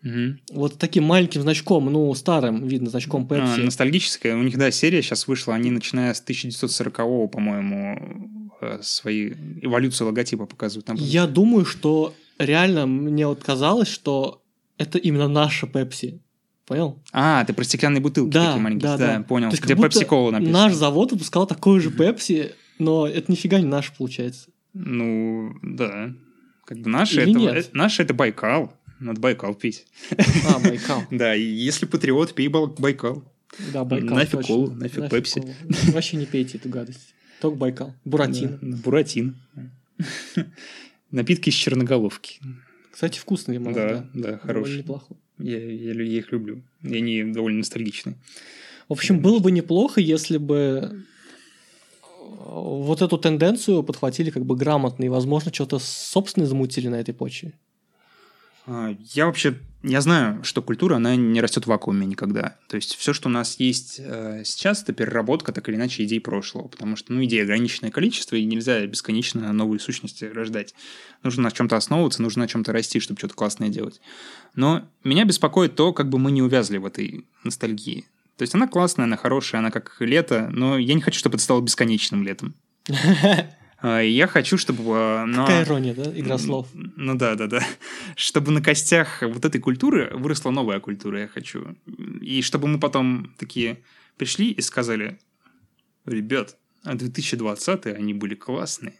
Угу. Вот таким маленьким значком, ну, старым, видно, значком Pepsi. А, ностальгическая. У них, да, серия сейчас вышла, они, начиная с тысяча девятьсот сорокового, по-моему, свои эволюцию логотипа показывают. Там Я думаю, что реально мне вот казалось, что это именно наша Pepsi. Понял? А, ты про стеклянные бутылки да, такие маленькие. Да, да, да. понял. То есть, где Pepsi Cola написано. Наш завод выпускал такой же Pepsi, но это нифига не наш, получается. Ну, да. Как бы наше Или это, нет? это, наше это Байкал. Надо Байкал пить. А, Байкал. Да, и если патриот, пей Байкал. Да, Байкал. Нафиг колу, нафиг Пепси. Вообще не пейте эту гадость. Только Байкал. Буратино. Буратино. Напитки из черноголовки. Кстати, вкусный лимонад. Да, да, хороший. Неплохой. Я, я, я их люблю. И они довольно ностальгичные. В общем, было бы неплохо, если бы вот эту тенденцию подхватили как бы грамотно и, возможно, что-то собственное замутили на этой почве. Я вообще, я знаю, что культура, она не растет в вакууме никогда. То есть все, что у нас есть э, сейчас, это переработка, так или иначе, идей прошлого. Потому что, ну, идей ограниченное количество, и нельзя бесконечно новые сущности рождать. Нужно на чем-то основываться, нужно на чем-то расти, чтобы что-то классное делать. Но меня беспокоит то, как бы мы не увязли в этой ностальгии. То есть она классная, она хорошая, она как лето, но я не хочу, чтобы это стало бесконечным летом. Я хочу, чтобы... На... Какая ирония, да? Игра слов. Ну да, да, да. Чтобы на костях вот этой культуры выросла новая культура, я хочу. И чтобы мы потом такие пришли и сказали: ребят, а две тысячи двадцатые, они были классные.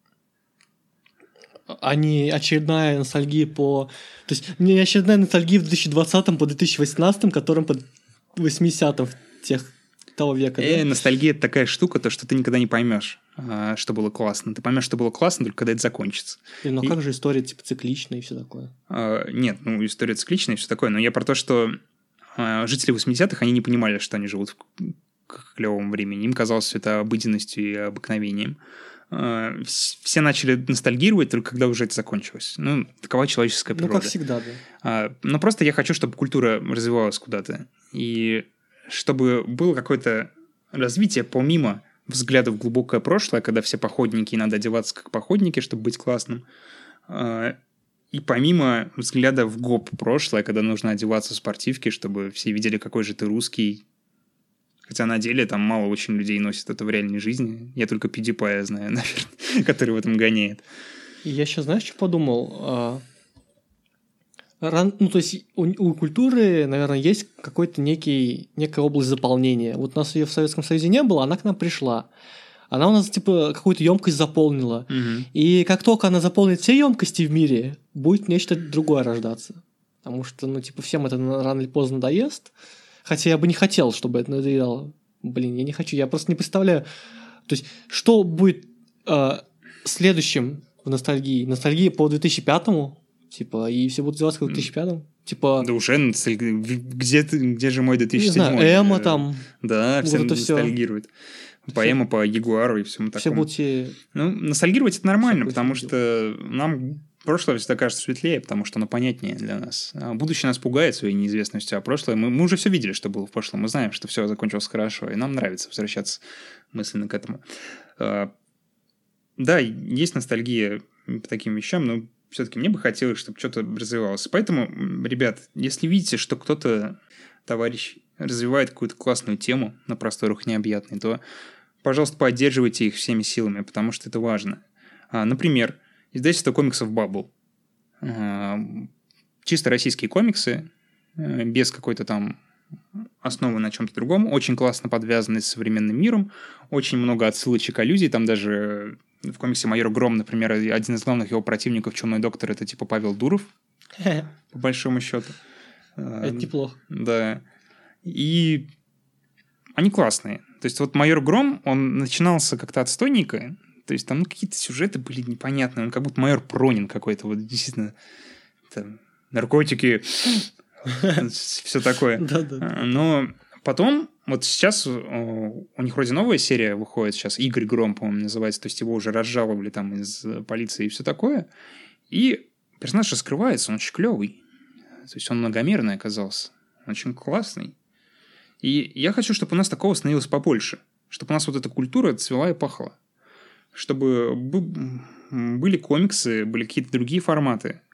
А не очередная ностальгия по... То есть не очередная ностальгия в две тысячи двадцатом по две тысячи восемнадцатому, которым по восьмидесятым тех того века. Э, да? Ностальгия — это такая штука, то, что ты никогда не поймешь, что было классно. Ты поймешь, что было классно, только когда это закончится. И, но и... как же история типа цикличная и все такое? А, нет, ну история цикличная и все такое, но я про то, что а, жители восьмидесятых, они не понимали, что они живут в клевом времени. Им казалось все это обыденностью и обыкновением. А, все начали ностальгировать только когда уже это закончилось. Ну, такова человеческая природа. Ну, как всегда, да. А, но просто я хочу, чтобы культура развивалась куда-то. И чтобы было какое-то развитие помимо взгляда в глубокое прошлое, когда все походники, и надо одеваться как походники, чтобы быть классным. И помимо взгляда в гоп прошлое, когда нужно одеваться в спортивки, чтобы все видели, какой же ты русский. Хотя на деле там мало очень людей носит это в реальной жизни. Я только PewDiePie знаю, наверное, который в этом гоняет. Я сейчас, знаешь, что подумал? Ран... Ну, то есть у, у культуры, наверное, есть какой-то некий, некая область заполнения. Вот у нас ее в Советском Союзе не было, она к нам пришла. Она у нас, типа, какую-то емкость заполнила. Угу. И как только она заполнит все емкости в мире, будет нечто другое рождаться. Потому что, ну, типа, всем это рано или поздно надоест. Хотя я бы не хотел, чтобы это надоело. Блин, я не хочу. Я просто не представляю. То есть, что будет э, следующим в ностальгии? Ностальгия по две тысячи пятому? Типа, и все будут называться как в две тысячи пятом? Типа... Да уже где, ты, где же мой две тысячи седьмой? Не знаю, Эмо там. Да, все вот ностальгируют. По Эмо, по Ягуару и всему такому. Все будете... Ну, ностальгировать это нормально, потому что нам прошлое всегда кажется светлее, потому что оно понятнее для нас. А будущее нас пугает своей неизвестностью, а прошлое... Мы, мы уже все видели, что было в прошлом. Мы знаем, что все закончилось хорошо, и нам нравится возвращаться мысленно к этому. Да, есть ностальгия по таким вещам, но все-таки мне бы хотелось, чтобы что-то развивалось. Поэтому, ребят, если видите, что кто-то, товарищ, развивает какую-то классную тему на просторах необъятной, то, пожалуйста, поддерживайте их всеми силами, потому что это важно. А, например, издательство комиксов Bubble. А, чисто российские комиксы, без какой-то там основы на чем-то другом, очень классно подвязаны с современным миром, очень много отсылочек, аллюзий, там даже... В комиксе «Майор Гром», например, один из главных его противников, Чумной доктор, это типа Павел Дуров, по большому счету. Это неплохо. Да. И они классные. То есть вот «Майор Гром», он начинался как-то отстойненько, то есть там ну, какие-то сюжеты были непонятные, он как будто майор Пронин какой-то, вот действительно, там, наркотики, все такое. Но потом... Вот сейчас у них вроде новая серия выходит сейчас, Игорь Гром, по-моему, называется, то есть его уже разжаловали там из полиции и все такое. И персонаж раскрывается, он очень клевый. То есть он многомерный оказался, очень классный. И я хочу, чтобы у нас такого становилось побольше. Чтобы у нас вот эта культура цвела и пахла. Чтобы были комиксы, были какие-то другие форматы,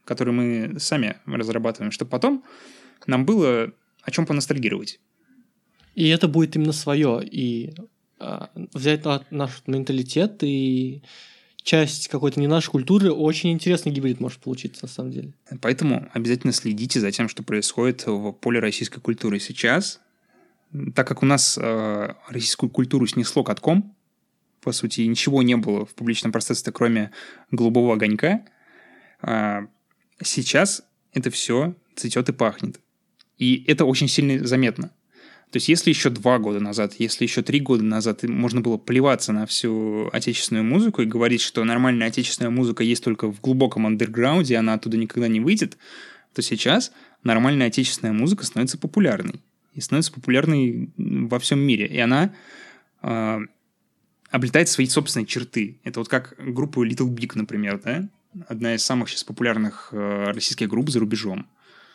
который мы сами разрабатываем, чтобы потом нам было о чем поностальгировать. И это будет именно свое. И а, взять на, наш менталитет и часть какой-то не нашей культуры, очень интересный гибрид может получиться на самом деле. Поэтому обязательно следите за тем, что происходит в поле российской культуры сейчас. Так как у нас э, российскую культуру снесло катком, по сути, ничего не было в публичном пространстве, кроме голубого огонька, э, сейчас это все цветет и пахнет. И это очень сильно заметно. То есть, если еще два года назад, если еще три года назад можно было плеваться на всю отечественную музыку и говорить, что нормальная отечественная музыка есть только в глубоком андерграунде, и она оттуда никогда не выйдет, то сейчас нормальная отечественная музыка становится популярной. И становится популярной во всем мире. И она э, обретает свои собственные черты. Это вот как группа Little Big, например, да? Одна из самых сейчас популярных э, российских групп за рубежом.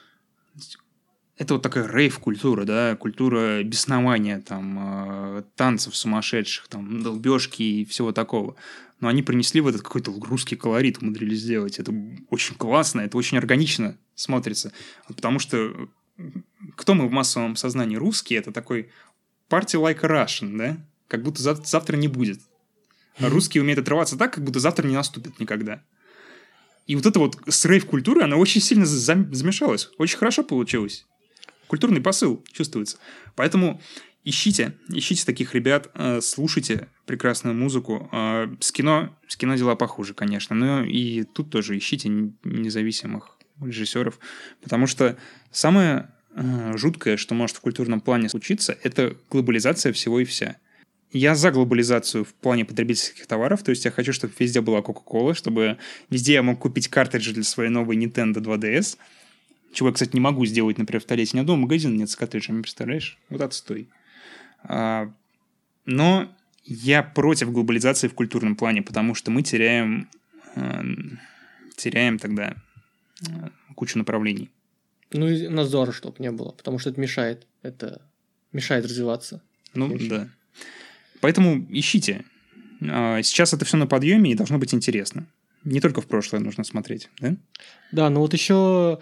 Это вот такая рейв-культура, да, культура беснования, там, э, танцев сумасшедших, там, долбежки и всего такого. Но они принесли в этот какой-то русский колорит, умудрились сделать. Это очень классно, это очень органично смотрится. Потому что кто мы в массовом сознании? Русские — это такой party like a Russian, да? Как будто зав- завтра не будет. А русские умеют отрываться так, как будто завтра не наступит никогда. И вот эта вот с рейв-культурой, она очень сильно зам- замешалась. Очень хорошо получилось. Культурный посыл чувствуется. Поэтому ищите, ищите таких ребят, э, слушайте прекрасную музыку. Э, с кино, с кино дела похуже, конечно, но и тут тоже ищите независимых режиссеров, потому что самое э, жуткое, что может в культурном плане случиться, это глобализация всего и вся. Я за глобализацию в плане потребительских товаров, то есть я хочу, чтобы везде была Coca-Cola, чтобы везде я мог купить картриджи для своей новой Nintendo два ди эс, чего я, кстати, не могу сделать, например, в Тольятти. Ни одного магазина нет с картриджами, представляешь? Вот отстой. А, но я против глобализации в культурном плане, потому что мы теряем, а, теряем тогда а, кучу направлений. Ну и надзора, чтобы не было, потому что это мешает. Это мешает развиваться. Ну, да. Поэтому ищите. А, сейчас это все на подъеме и должно быть интересно. Не только в прошлое нужно смотреть, да? Да, но вот еще...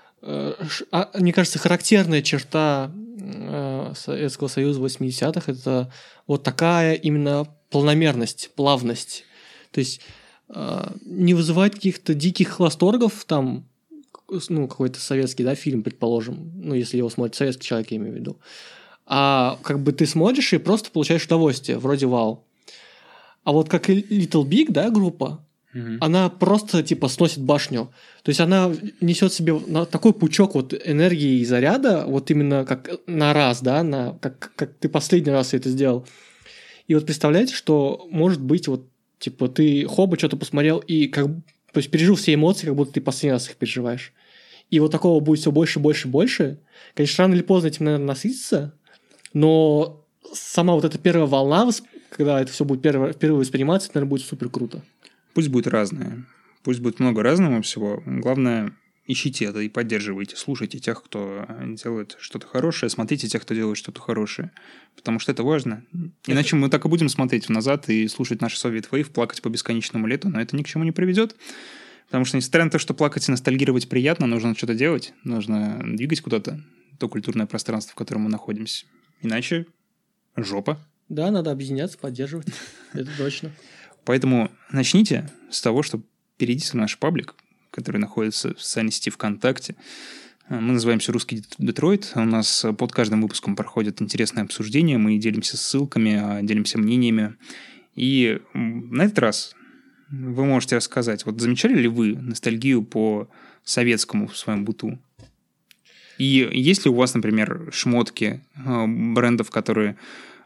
Мне кажется, характерная черта Советского Союза восьмидесятых – это вот такая именно планомерность, плавность. То есть не вызывать каких-то диких восторгов, там, ну, какой-то советский, да, фильм, предположим, ну, если его смотрит советский человек, я имею в виду, а как бы ты смотришь и просто получаешь удовольствие, вроде вау. А вот как Little Big, да, группа, Mm-hmm. она просто типа сносит башню. То есть она несет себе такой пучок вот энергии и заряда, вот именно как на раз, да, на, как, как ты последний раз это сделал. И вот представляете, что может быть вот типа ты хоба что-то посмотрел и как, то есть пережил все эмоции, как будто ты последний раз их переживаешь. И вот такого будет все больше, больше, больше. Конечно, рано или поздно этим, наверное, насытиться, но сама вот эта первая волна, когда это все будет впервые восприниматься, это, наверное, будет супер круто. Пусть будет разное. Пусть будет много разного всего. Главное, ищите это и поддерживайте. Слушайте тех, кто делает что-то хорошее. Смотрите тех, кто делает что-то хорошее. Потому что это важно. Иначе мы так и будем смотреть назад и слушать наши Soviet Wave, плакать по бесконечному лету, но это ни к чему не приведет. Потому что, несмотря на то, что плакать и ностальгировать приятно, нужно что-то делать. Нужно двигать куда-то то культурное пространство, в котором мы находимся. Иначе жопа. Да, надо объединяться, поддерживать. Это точно. Поэтому начните с того, что перейдите в наш паблик, который находится в социальной сети ВКонтакте. Мы называемся «Русский Детройт». У нас под каждым выпуском проходят интересные обсуждения. Мы делимся ссылками, делимся мнениями. И на этот раз вы можете рассказать, вот замечали ли вы ностальгию по советскому в своем быту? И есть ли у вас, например, шмотки брендов, которые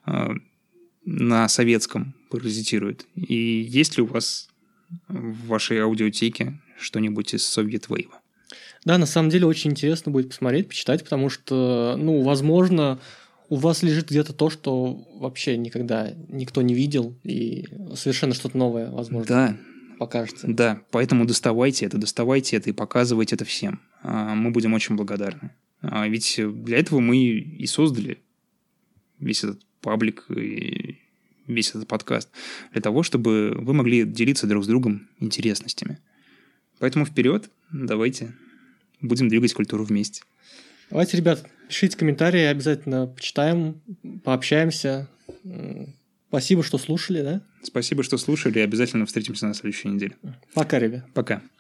на советском паразитирует? И есть ли у вас в вашей аудиотеке что-нибудь из Soviet Wave? Да, на самом деле очень интересно будет посмотреть, почитать, потому что, ну, возможно, у вас лежит где-то то, что вообще никогда никто не видел, и совершенно что-то новое, возможно, да. покажется. Да, поэтому доставайте это, доставайте это и показывайте это всем. Мы будем очень благодарны. Ведь для этого мы и создали весь этот паблик и весь этот подкаст, для того, чтобы вы могли делиться друг с другом интересностями. Поэтому вперед, давайте будем двигать культуру вместе. Давайте, ребят, пишите комментарии, обязательно почитаем, пообщаемся. Спасибо, что слушали, да? Спасибо, что слушали, и обязательно встретимся на следующей неделе. Пока, ребят. Пока.